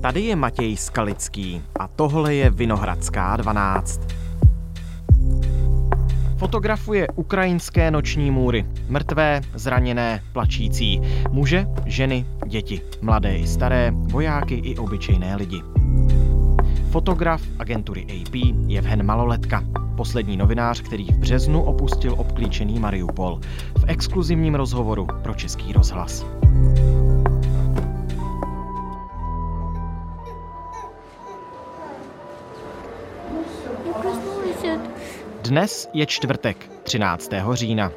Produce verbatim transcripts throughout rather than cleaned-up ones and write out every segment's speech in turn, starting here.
Tady je Matěj Skalický a tohle je Vinohradská dvanáct. Fotografuje ukrajinské noční můry. Mrtvé, zraněné, plačící. Muže, ženy, děti. Mladé i staré, vojáky i obyčejné lidi. Fotograf agentury A P Jevhen Maloletka. Poslední novinář, který v březnu opustil obklíčený Mariupol. V exkluzivním rozhovoru pro Český rozhlas. Dnes je čtvrtek, třináctého října.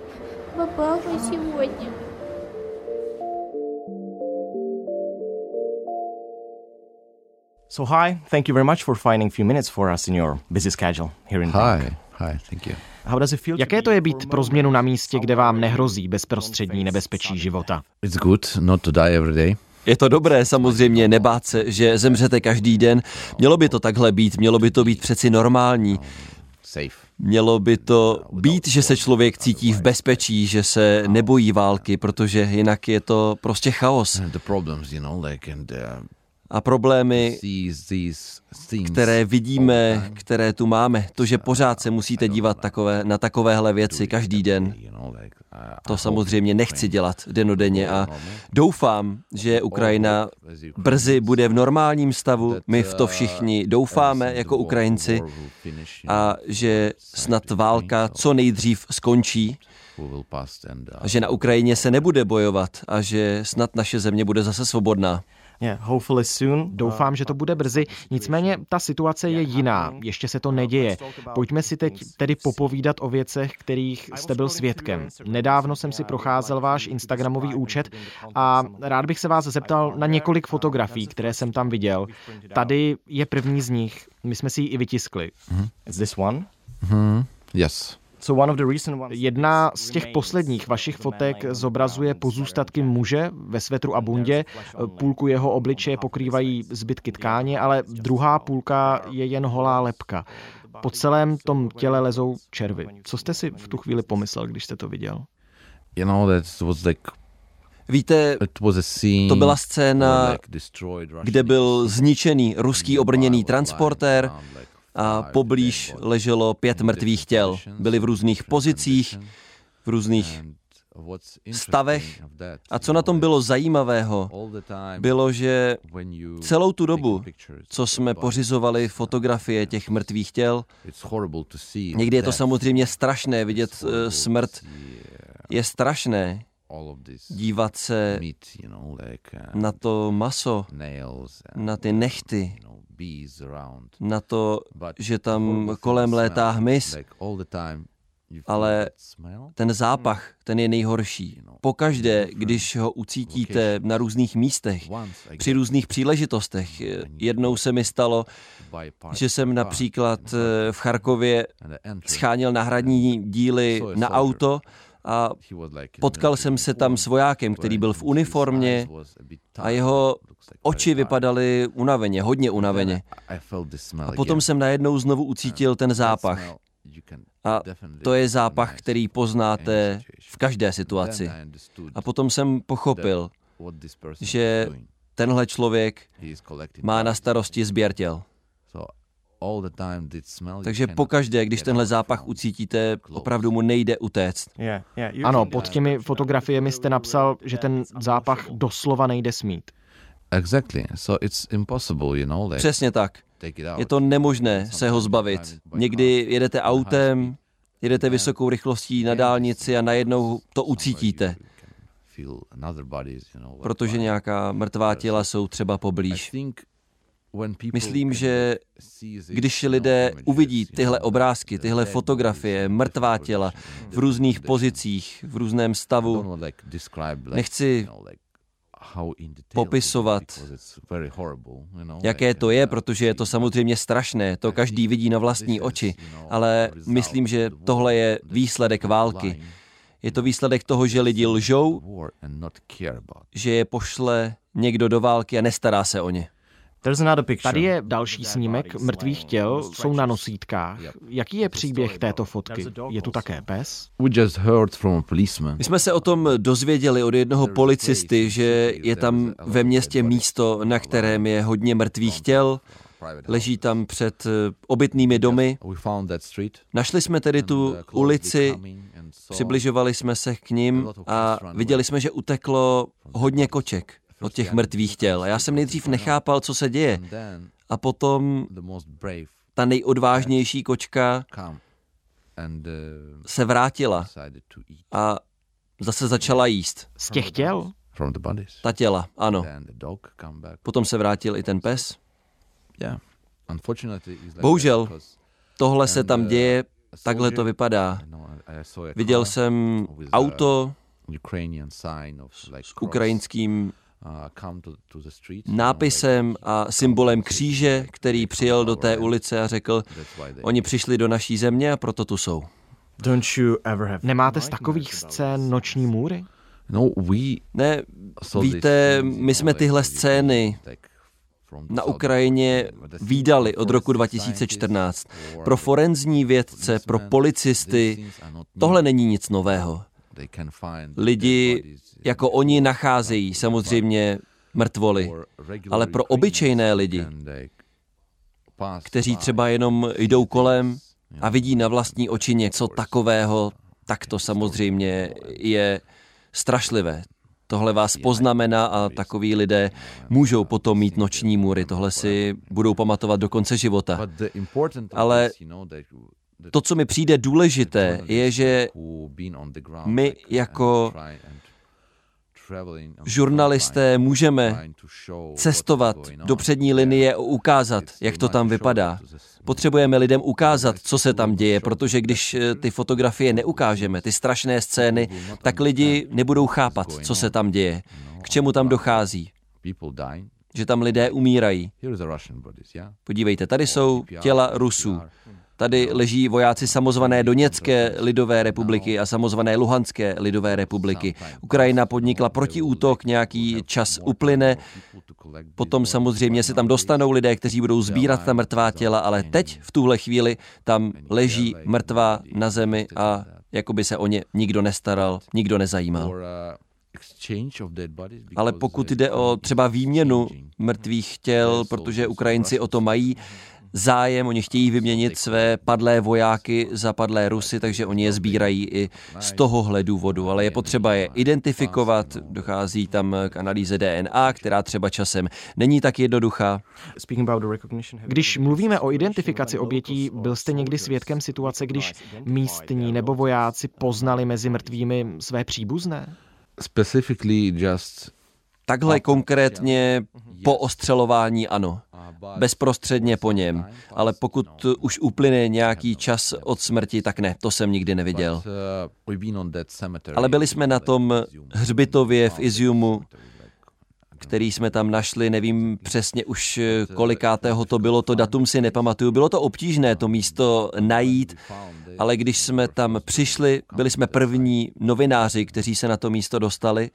So hi, thank you very much for finding a few minutes for us in your busy schedule here in Prague. Hi, hi, thank you. How does it feel? Jaké to je být pro změnu na místě, kde vám nehrozí bezprostřední nebezpečí života? It's good not to die every day. Je to dobré samozřejmě nebát se, že zemřete každý den. Mělo by to takhle být, mělo by to být přeci normální. Mělo by to být, že se člověk cítí v bezpečí, že se nebojí války, protože jinak je to prostě chaos. A problémy, které vidíme, které tu máme, to, že pořád se musíte dívat takové, na takovéhle věci každý den, to samozřejmě nechci dělat dennodenně a doufám, že Ukrajina brzy bude v normálním stavu, my v to všichni doufáme jako Ukrajinci a že snad válka co nejdřív skončí, a že na Ukrajině se nebude bojovat a že snad naše země bude zase svobodná. Yeah, hopefully soon. Doufám, že to bude brzy. Nicméně ta situace je jiná. Ještě se to neděje. Pojďme si teď tedy popovídat o věcech, kterých jste byl svědkem. Nedávno jsem si procházel váš instagramový účet a rád bych se vás zeptal na několik fotografií, které jsem tam viděl. Tady je první z nich. My jsme si ji i vytiskli. Is this one? Mm-hmm. Yes. So one of the recent ones. Jedna z těch posledních vašich fotek zobrazuje pozůstatky muže ve svetru a bundě. Půlku jeho obličeje pokrývají zbytky tkáně, ale druhá půlka je jen holá lebka. Po celém tom těle lezou červy. Co jste si v tu chvíli pomyslel, když jste to viděl? You know, that was like Víte, to byla scéna, kde byl zničený ruský obrněný transportér a poblíž leželo pět mrtvých těl. Byli v různých pozicích, v různých stavech. A co na tom bylo zajímavého, bylo, že celou tu dobu, co jsme pořizovali fotografie těch mrtvých těl, někdy je to samozřejmě strašné vidět smrt, je strašné dívat se na to maso, na ty nehty, na to, že tam kolem létá hmyz, ale ten zápach, ten je nejhorší. Pokaždé, když ho ucítíte na různých místech, při různých příležitostech. Jednou se mi stalo, že jsem například v Charkově scháněl náhradní díly na auto a potkal jsem se tam s vojákem, který byl v uniformě a jeho oči vypadaly unaveně, hodně unaveně. A potom jsem najednou znovu ucítil ten zápach. A to je zápach, který poznáte v každé situaci. A potom jsem pochopil, že tenhle člověk má na starosti sběr těl. Takže pokaždé, když tenhle zápach ucítíte, opravdu mu nejde utéct. Ano, pod těmi fotografiemi jste napsal, že ten zápach doslova nejde smít. Přesně tak. Je to nemožné se ho zbavit. Někdy jedete autem, jedete vysokou rychlostí na dálnici a najednou to ucítíte. Protože nějaká mrtvá těla jsou třeba poblíž. Myslím, že když lidé uvidí tyhle obrázky, tyhle fotografie, mrtvá těla v různých pozicích, v různém stavu, nechci popisovat, jaké to je, protože je to samozřejmě strašné, to každý vidí na vlastní oči, ale myslím, že tohle je výsledek války. Je to výsledek toho, že lidi lžou, že je pošle někdo do války a nestará se o ně. Tady je další snímek mrtvých těl, jsou na nosítkách. Jaký je příběh této fotky? Je tu také pes? My jsme se o tom dozvěděli od jednoho policisty, že je tam ve městě místo, na kterém je hodně mrtvých těl. Leží tam před obytnými domy. Našli jsme tedy tu ulici, přibližovali jsme se k ním a viděli jsme, že uteklo hodně koček od těch mrtvých těl. Já jsem nejdřív nechápal, co se děje. A potom ta nejodvážnější kočka se vrátila a zase začala jíst. Z těch těl? Ta těla, ano. Potom se vrátil i ten pes. Bohužel, tohle se tam děje, takhle to vypadá. Viděl jsem auto s ukrajinským nápisem a symbolem kříže, který přijel do té ulice a řekl, oni přišli do naší země a proto tu jsou. Nemáte z takových scén noční můry? Ne, víte, my jsme tyhle scény na Ukrajině vídali od roku dva tisíce čtrnáct. Pro forenzní vědce, pro policisty, tohle není nic nového. Lidi jako oni nacházejí samozřejmě mrtvoly, ale pro obyčejné lidi, kteří třeba jenom jdou kolem a vidí na vlastní oči něco takového, tak to samozřejmě je strašlivé. Tohle vás poznamená a takoví lidé můžou potom mít noční můry. Tohle si budou pamatovat do konce života. Ale to, co mi přijde důležité, je, že my jako žurnalisté můžeme cestovat do přední linie a ukázat, jak to tam vypadá. Potřebujeme lidem ukázat, co se tam děje, protože když ty fotografie neukážeme, ty strašné scény, tak lidi nebudou chápat, co se tam děje, k čemu tam dochází. Že tam lidé umírají. Podívejte, tady jsou těla Rusů. Tady leží vojáci samozvané Doněcké lidové republiky a samozvané Luhanské lidové republiky. Ukrajina podnikla protiútok, nějaký čas uplyne, potom samozřejmě se tam dostanou lidé, kteří budou sbírat ta mrtvá těla, ale teď v tuhle chvíli tam leží mrtvá na zemi a jako by se o ně nikdo nestaral, nikdo nezajímal. Ale pokud jde o třeba výměnu mrtvých těl, protože Ukrajinci o to mají zájem, oni chtějí vyměnit své padlé vojáky za padlé Rusy, takže oni je sbírají i z tohohle důvodu, ale je potřeba je identifikovat, dochází tam k analýze D N A, která třeba časem není tak jednoduchá. Když mluvíme o identifikaci obětí, byl jste někdy svědkem situace, když místní nebo vojáci poznali mezi mrtvými své příbuzné? Takhle konkrétně po ostřelování ano. Bezprostředně po něm, ale pokud už uplyne nějaký čas od smrti, tak ne, to jsem nikdy neviděl. Ale byli jsme na tom hřbitově v Iziumu, který jsme tam našli, nevím přesně už kolikátého to bylo, to datum si nepamatuju. Bylo to obtížné to místo najít, ale když jsme tam přišli, byli jsme první novináři, kteří se na to místo dostali.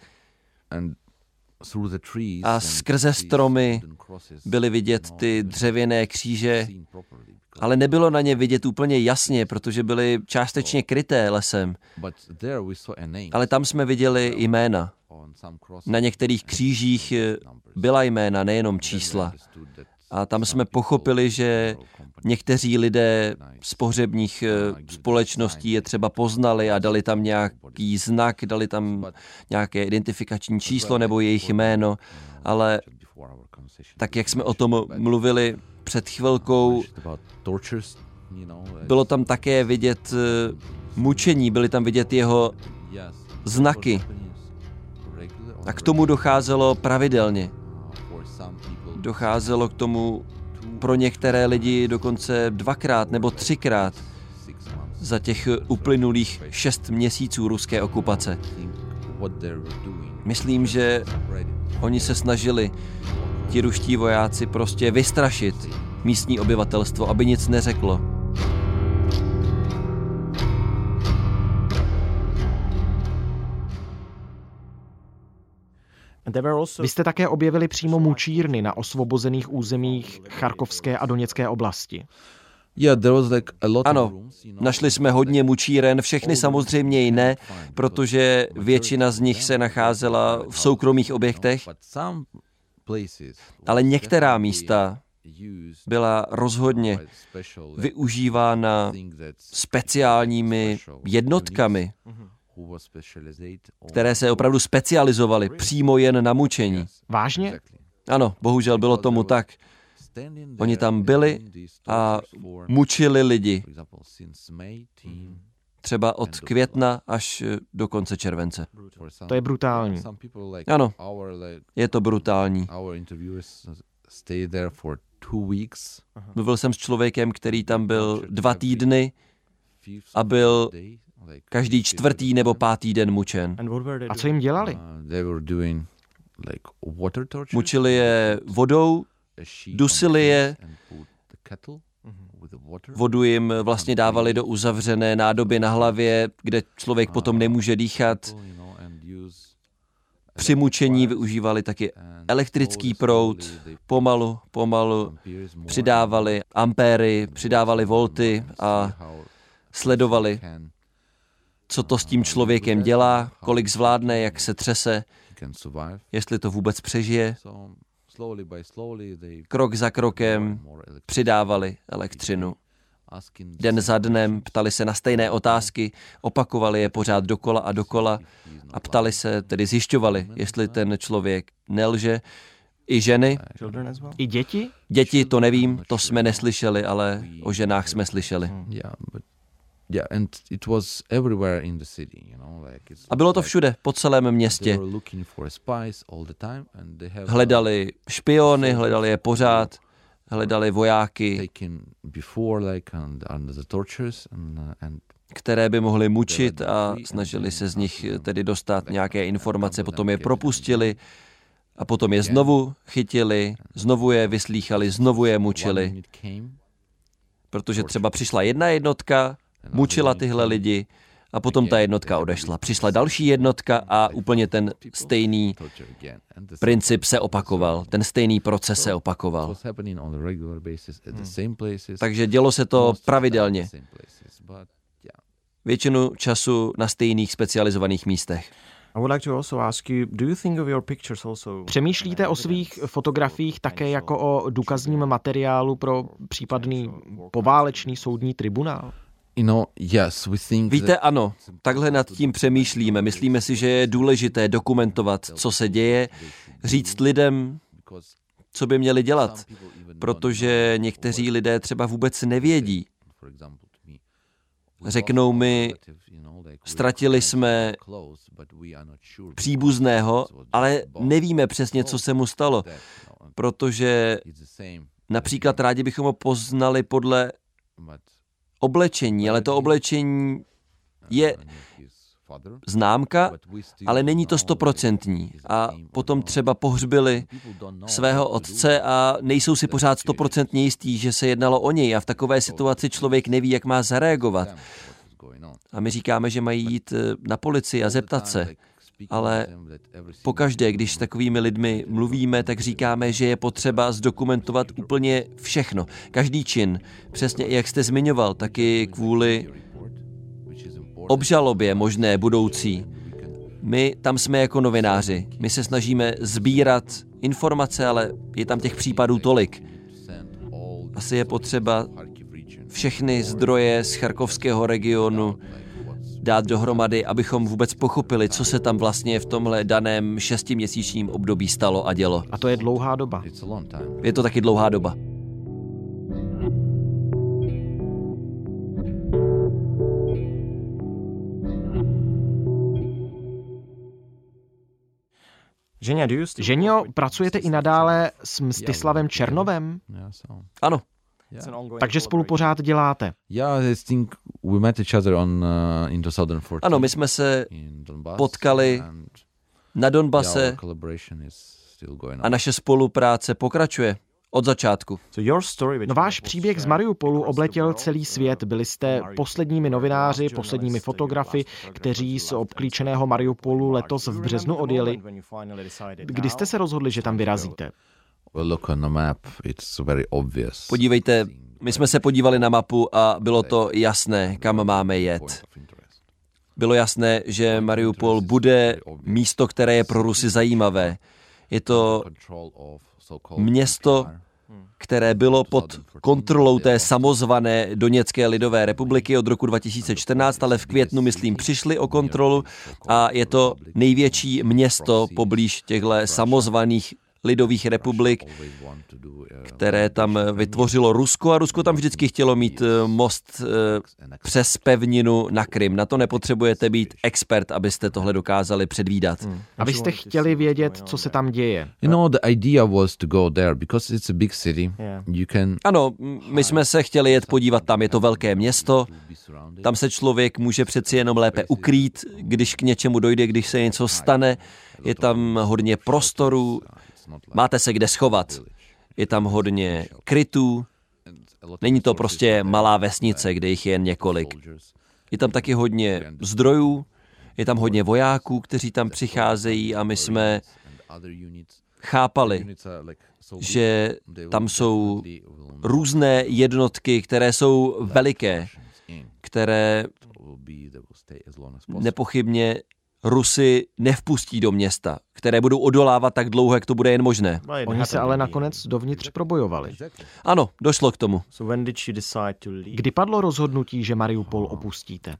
A skrze stromy byly vidět ty dřevěné kříže, ale nebylo na ně vidět úplně jasně, protože byly částečně kryté lesem. Ale tam jsme viděli jména. Na některých křížích byla jména, nejenom čísla. A tam jsme pochopili, že někteří lidé z pohřebních společností je třeba poznali a dali tam nějaký znak, dali tam nějaké identifikační číslo nebo jejich jméno, ale tak, jak jsme o tom mluvili před chvilkou, bylo tam také vidět mučení, byly tam vidět jeho znaky. A k tomu docházelo pravidelně. Docházelo k tomu pro některé lidi dokonce dvakrát nebo třikrát za těch uplynulých šest měsíců ruské okupace. Myslím, že oni se snažili, ti ruští vojáci, prostě vystrašit místní obyvatelstvo, aby nic neřeklo. Vy jste také objevili přímo mučírny na osvobozených územích Charkovské a Doněcké oblasti. Ano, našli jsme hodně mučíren, všechny samozřejmě i ne, protože většina z nich se nacházela v soukromých objektech, ale některá místa byla rozhodně využívána speciálními jednotkami, které se opravdu specializovaly přímo jen na mučení. Vážně? Ano, bohužel bylo tomu tak. Oni tam byli a mučili lidi. Třeba od května až do konce července. To je brutální. Ano, je to brutální. Mluvil jsem s člověkem, který tam byl dva týdny a byl každý čtvrtý nebo pátý den mučen. A co jim dělali? Mučili je vodou, dusili je, vodu jim vlastně dávali do uzavřené nádoby na hlavě, kde člověk potom nemůže dýchat. Při mučení využívali taky elektrický proud, pomalu, pomalu přidávali ampéry, přidávali volty a sledovali, co to s tím člověkem dělá, kolik zvládne, jak se třese, jestli to vůbec přežije. Krok za krokem přidávali elektřinu. Den za dnem ptali se na stejné otázky, opakovali je pořád dokola a dokola a ptali se, tedy zjišťovali, jestli ten člověk nelže. I ženy. I děti? Děti, to nevím, to jsme neslyšeli, ale o ženách jsme slyšeli. A bylo to všude, po celém městě. Hledali špiony, hledali je pořád, hledali vojáky, které by mohli mučit a snažili se z nich tedy dostat nějaké informace, potom je propustili a potom je znovu chytili, znovu je vyslýchali, znovu je mučili. Protože třeba přišla jedna jednotka, mučila tyhle lidi a potom ta jednotka odešla. Přišla další jednotka a úplně ten stejný princip se opakoval, ten stejný proces se opakoval. Takže dělo se to pravidelně. Většinu času na stejných specializovaných místech. Přemýšlíte o svých fotografiích také jako o důkazním materiálu pro případný poválečný soudní tribunál? Víte, ano, takhle nad tím přemýšlíme. Myslíme si, že je důležité dokumentovat, co se děje, říct lidem, co by měli dělat, protože někteří lidé třeba vůbec nevědí. Řeknou mi, ztratili jsme příbuzného, ale nevíme přesně, co se mu stalo, protože například rádi bychom ho poznali podle oblečení, ale to oblečení je známka, ale není to stoprocentní. A potom třeba pohřbili svého otce a nejsou si pořád stoprocentně jistí, že se jednalo o něj a v takové situaci člověk neví, jak má zareagovat. A my říkáme, že mají jít na policii a zeptat se. Ale pokaždé, když s takovými lidmi mluvíme, tak říkáme, že je potřeba zdokumentovat úplně všechno. Každý čin. Přesně jak jste zmiňoval, taky kvůli obžalobě možné budoucí. My tam jsme jako novináři. My se snažíme sbírat informace, ale je tam těch případů tolik. Asi je potřeba všechny zdroje z charkovského regionu dát dohromady, abychom vůbec pochopili, co se tam vlastně v tomhle daném šestiměsíčním období stalo a dělo. A to je dlouhá doba. Je to taky dlouhá doba. Ženio, pracujete i nadále s Mstislavem Černovem? Ano. Takže spolu pořád děláte. Ano, my jsme se potkali na Donbase a naše spolupráce pokračuje. Od začátku. No, váš příběh z Mariupolu obletěl celý svět. Byli jste posledními novináři, posledními fotografy, kteří z obklíčeného Mariupolu letos v březnu odjeli. Kdy jste se rozhodli, že tam vyrazíte? Podívejte, my jsme se podívali na mapu a bylo to jasné, kam máme jet. Bylo jasné, že Mariupol bude místo, které je pro Rusy zajímavé. Je to město, které bylo pod kontrolou té samozvané Doněcké lidové republiky od roku dva tisíce čtrnáct, ale v květnu, myslím, přišli o kontrolu a je to největší město poblíž těchto samozvaných lidových republik, které tam vytvořilo Rusko a Rusko tam vždycky chtělo mít most přes pevninu na Krym. Na to nepotřebujete být expert, abyste tohle dokázali předvídat. Hmm. A vy jste chtěli vědět, co se tam děje. You know, the idea was to go there because it's a big city. You can... Ano, my jsme se chtěli jet podívat tam, je to velké město. Tam se člověk může přeci jenom lépe ukrýt, když k něčemu dojde, když se něco stane. Je tam hodně prostoru, máte se kde schovat. Je tam hodně krytů. Není to prostě malá vesnice, kde jich je jen několik. Je tam taky hodně zdrojů, je tam hodně vojáků, kteří tam přicházejí a my jsme chápali, že tam jsou různé jednotky, které jsou veliké, které nepochybně Rusy nevpustí do města, které budou odolávat tak dlouho, jak to bude jen možné. Oni se ale nakonec dovnitř probojovali. Ano, došlo k tomu. Kdy padlo rozhodnutí, že Mariupol opustíte?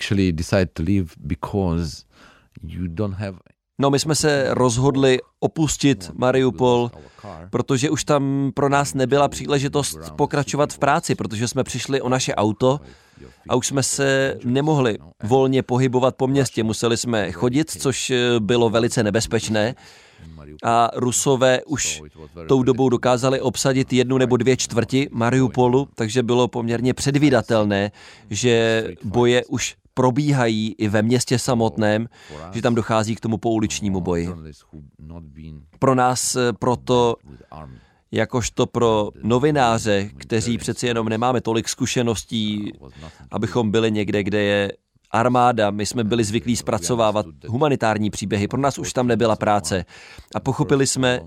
No, my jsme se rozhodli opustit Mariupol, protože už tam pro nás nebyla příležitost pokračovat v práci, protože jsme přišli o naše auto a už jsme se nemohli volně pohybovat po městě. Museli jsme chodit, což bylo velice nebezpečné. A Rusové už tou dobou dokázali obsadit jednu nebo dvě čtvrti Mariupolu, takže bylo poměrně předvídatelné, že boje už probíhají i ve městě samotném, že tam dochází k tomu pouličnímu boji. Pro nás proto, jakožto pro novináře, kteří přeci jenom nemáme tolik zkušeností, abychom byli někde, kde je armáda, my jsme byli zvyklí zpracovávat humanitární příběhy, pro nás už tam nebyla práce. A pochopili jsme,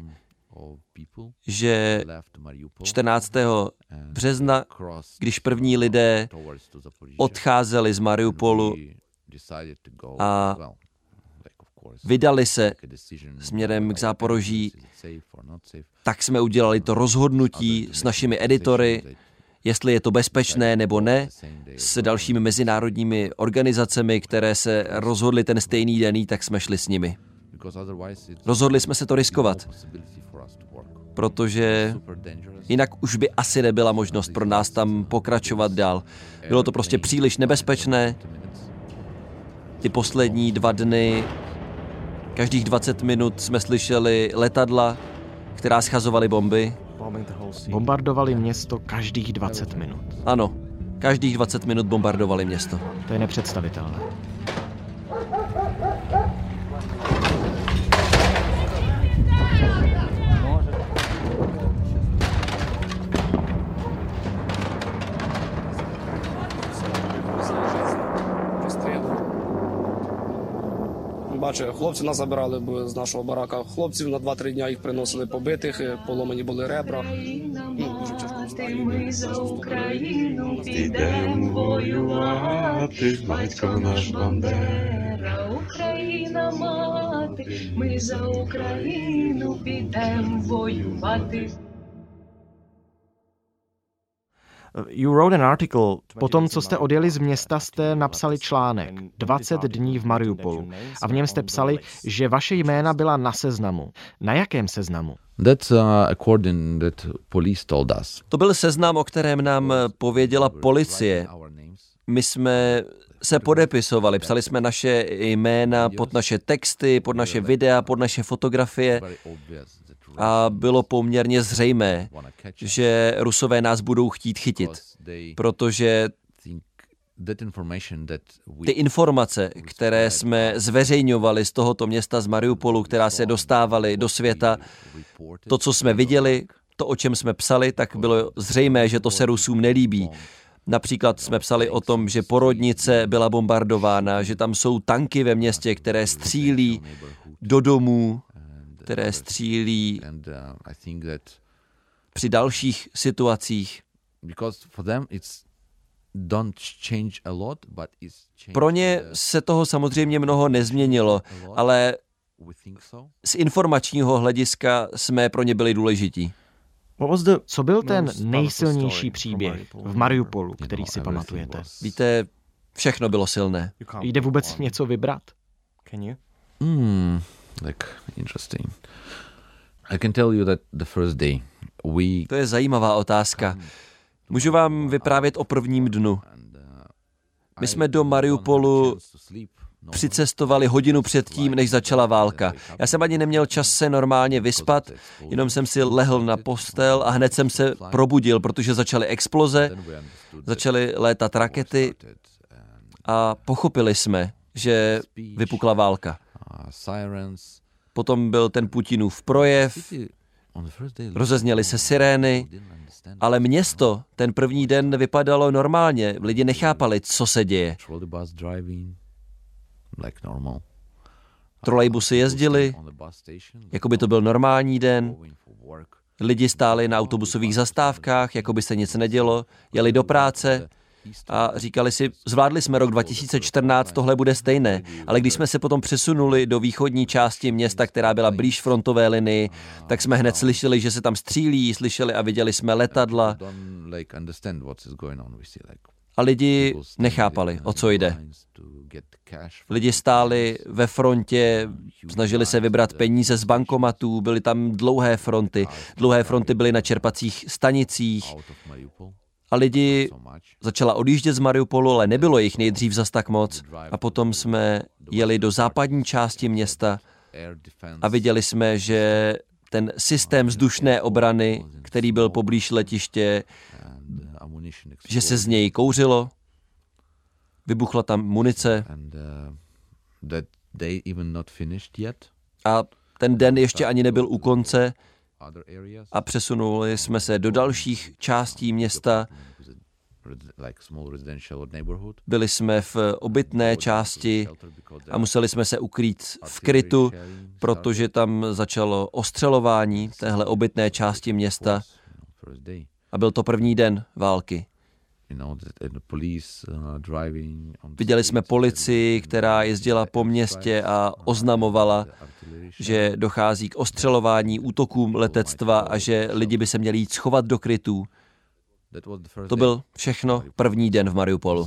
že čtrnáctého března, když první lidé odcházeli z Mariupolu a vydali se směrem k Záporoží, tak jsme udělali to rozhodnutí s našimi editory, jestli je to bezpečné nebo ne, s dalšími mezinárodními organizacemi, které se rozhodly ten stejný den, tak jsme šli s nimi. Rozhodli jsme se to riskovat, protože jinak už by asi nebyla možnost pro nás tam pokračovat dál. Bylo to prostě příliš nebezpečné. Ty poslední dva dny, každých dvacet minut jsme slyšeli letadla, která schazovaly bomby. Bombardovali město každých dvacet minut. Ano, každých dvacet minut bombardovali město. To je nepředstavitelné. Бачу, хлопці нас забирали з нашого барака. Хлопців на два-три дня їх приносили побитих, поломані були ребра. Ну, дуже тяжко знаю. Ми за Україну підемо воювати, батько наш Бандера, Україна мати. Ми за Україну підемо воювати. You wrote an article. Po tom, co jste odjeli z města, jste napsali článek dvacet dní v Mariupolu. A v něm jste psali, že vaše jména byla na seznamu. Na jakém seznamu? That's uh, according that police told us. To byl seznam, o kterém nám pověděla policie. My jsme se podepisovali, psali jsme naše jména pod naše texty, pod naše videa, pod naše fotografie. A bylo poměrně zřejmé, že Rusové nás budou chtít chytit, protože ty informace, které jsme zveřejňovali z tohoto města, z Mariupolu, která se dostávaly do světa, to, co jsme viděli, to, o čem jsme psali, tak bylo zřejmé, že to se Rusům nelíbí. Například jsme psali o tom, že porodnice byla bombardována, že tam jsou tanky ve městě, které střílí do domů, které střílí při dalších situacích. Pro ně se toho samozřejmě mnoho nezměnilo, ale z informačního hlediska jsme pro ně byli důležití. Co byl ten nejsilnější příběh v Mariupolu, který si pamatujete? Víte, všechno bylo silné. Jde vůbec něco vybrat? Hmm, like interesting. I can tell you that the first day we To je zajímavá otázka. Můžu vám vyprávět o prvním dnu. My jsme do Mariupolu přicestovali hodinu předtím, než začala válka. Já jsem ani neměl čas se normálně vyspat, jenom jsem si lehl na postel a hned jsem se probudil, protože začaly exploze, začaly létat rakety a pochopili jsme, že vypukla válka. Potom byl ten Putinův projev, rozezněly se sirény, ale město ten první den vypadalo normálně. Lidi nechápali, co se děje. Trolejbusy jezdily, jako by to byl normální den. Lidi stáli na autobusových zastávkách, jako by se nic nedělo, jeli do práce a říkali si, zvládli jsme rok dva tisíce čtrnáct, tohle bude stejné. Ale když jsme se potom přesunuli do východní části města, která byla blíž frontové linii, tak jsme hned slyšeli, že se tam střílí, slyšeli a viděli jsme letadla. A lidi nechápali, o co jde. Lidi stáli ve frontě, snažili se vybrat peníze z bankomatů, byly tam dlouhé fronty. Dlouhé fronty byly na čerpacích stanicích. A lidi začala odjíždět z Mariupolu, ale nebylo jich nejdřív zas tak moc. A potom jsme jeli do západní části města a viděli jsme, že ten systém vzdušné obrany, který byl poblíž letiště, že se z něj kouřilo, vybuchla tam munice a ten den ještě ani nebyl u konce a přesunuli jsme se do dalších částí města. Byli jsme v obytné části a museli jsme se ukrýt v krytu, protože tam začalo ostřelování téhle obytné části města a byl to první den války. Viděli jsme policii, která jezdila po městě a oznamovala, že dochází k ostřelování, útokům letectva a že lidi by se měli jít schovat do krytů. To byl všechno první den v Mariupolu.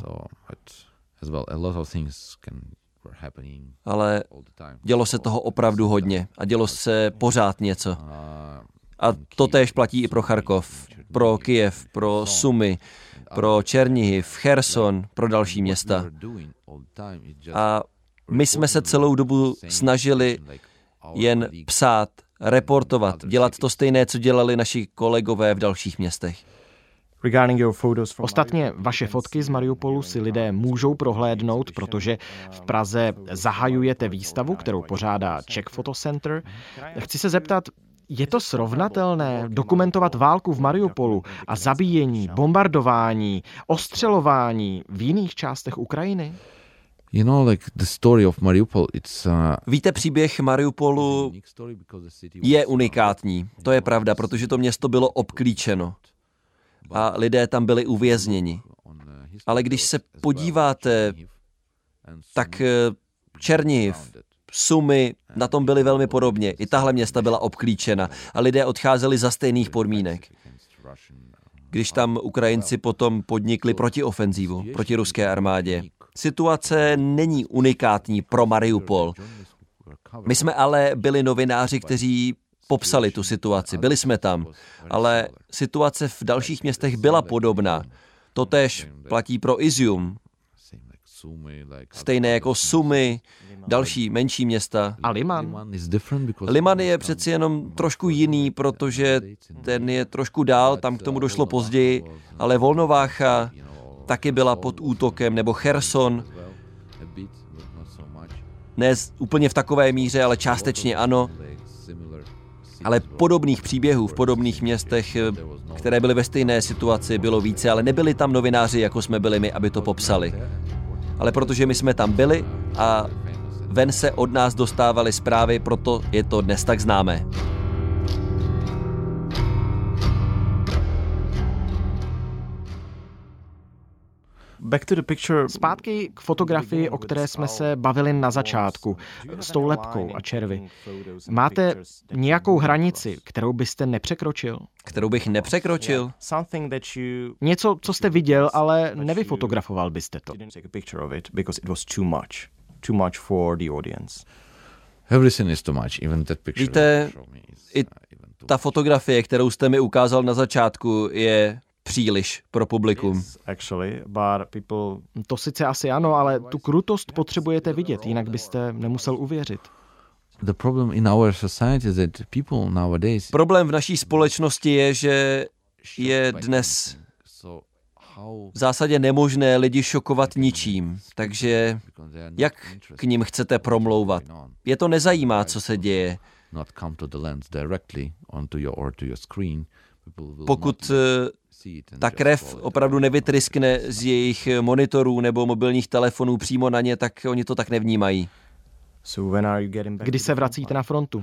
Ale dělo se toho opravdu hodně a dělo se pořád něco. A to též platí i pro Charkov, pro Kyjev, pro Sumy, pro Černihiv, Cherson, pro další města. A my jsme se celou dobu snažili jen psát, reportovat, dělat to stejné, co dělali naši kolegové v dalších městech. Ostatně vaše fotky z Mariupolu si lidé můžou prohlédnout, protože v Praze zahajujete výstavu, kterou pořádá Czech Photo Center. Chci se zeptat, je to srovnatelné dokumentovat válku v Mariupolu a zabíjení, bombardování, ostřelování v jiných částech Ukrajiny? You know, like the story of Mariupol, it's, uh, Víte, příběh Mariupolu je unikátní. To je pravda, protože to město bylo obklíčeno a lidé tam byli uvězněni. Ale když se podíváte, tak Černihiv, Sumy na tom byly velmi podobně. I tahle města byla obklíčena a lidé odcházeli za stejných podmínek. Když tam Ukrajinci potom podnikli protiofenzívu proti ruské armádě. Situace není unikátní pro Mariupol. My jsme ale byli novináři, kteří popsali tu situaci. Byli jsme tam, ale situace v dalších městech byla podobná. Totéž platí pro Izium. Stejné jako Sumy, další menší města. A Liman? Liman je přeci jenom trošku jiný, protože ten je trošku dál, tam k tomu došlo později, ale Volnovácha taky byla pod útokem, nebo Cherson. Ne úplně v takové míře, ale částečně ano. Ale podobných příběhů v podobných městech, které byly ve stejné situaci, bylo více, ale nebyli tam novináři, jako jsme byli my, aby to popsali. Ale protože my jsme tam byli a ven se od nás dostávaly zprávy, proto je to dnes tak známé. Back to the picture. Zpátky k fotografii, o které jsme se bavili na začátku, s tou lebkou a červy. Máte nějakou hranici, kterou byste nepřekročil? Kterou bych nepřekročil? Něco, co jste viděl, ale nevyfotografoval byste to. Víte, i ta fotografie, kterou jste mi ukázal na začátku, je příliš pro publikum. To sice asi ano, ale tu krutost potřebujete vidět, jinak byste nemusel uvěřit. Problém v naší společnosti je, že je dnes v zásadě nemožné lidi šokovat ničím, takže jak k nim chcete promlouvat? Je to nezajímá, co se děje. Pokud ta krev opravdu nevytryskne z jejich monitorů nebo mobilních telefonů přímo na ně, tak oni to tak nevnímají. Kdy se vracíte na frontu?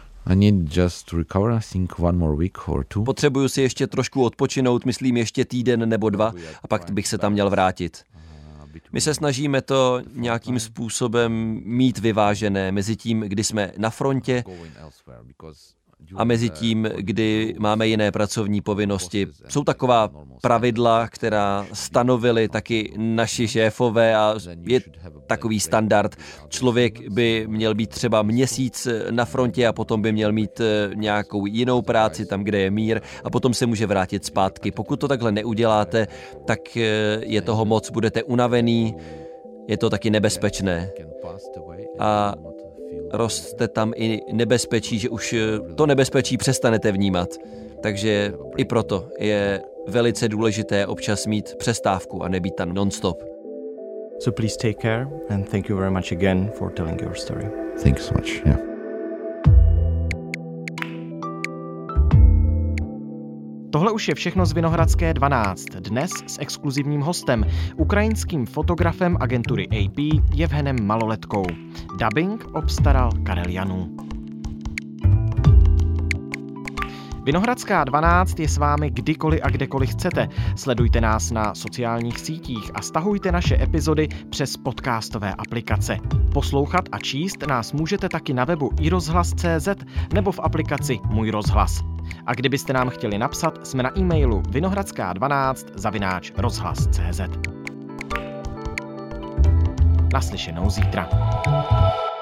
Potřebuju si ještě trošku odpočinout, myslím ještě týden nebo dva, a pak bych se tam měl vrátit. My se snažíme to nějakým způsobem mít vyvážené mezi tím, kdy jsme na frontě, a mezi tím, kdy máme jiné pracovní povinnosti. Jsou taková pravidla, která stanovili taky naši šéfové a je takový standard. Člověk by měl být třeba měsíc na frontě a potom by měl mít nějakou jinou práci tam, kde je mír, a potom se může vrátit zpátky. Pokud to takhle neuděláte, tak je toho moc, budete unavený, je to taky nebezpečné. A roste tam i nebezpečí, že už to nebezpečí přestanete vnímat. Takže i proto je velice důležité občas mít přestávku a nebýt tam non-stop. So please take care and thank you very much again for telling your story. Thank you so much. Yeah. Tohle už je všechno z Vinohradské dvanáct. Dnes s exkluzivním hostem, ukrajinským fotografem agentury A P Jevhenem Maloletkou. Dubbing obstaral Karel Janů. Vinohradská dvanáct je s vámi kdykoliv a kdekoliv chcete. Sledujte nás na sociálních sítích a stahujte naše epizody přes podcastové aplikace. Poslouchat a číst nás můžete taky na webu i rozhlas tečka cé zet nebo v aplikaci Můj rozhlas. A kdybyste nám chtěli napsat, jsme na e-mailu vinohradská dvanáct zavináč rozhlas tečka cé zet. Naslyšenou zítra.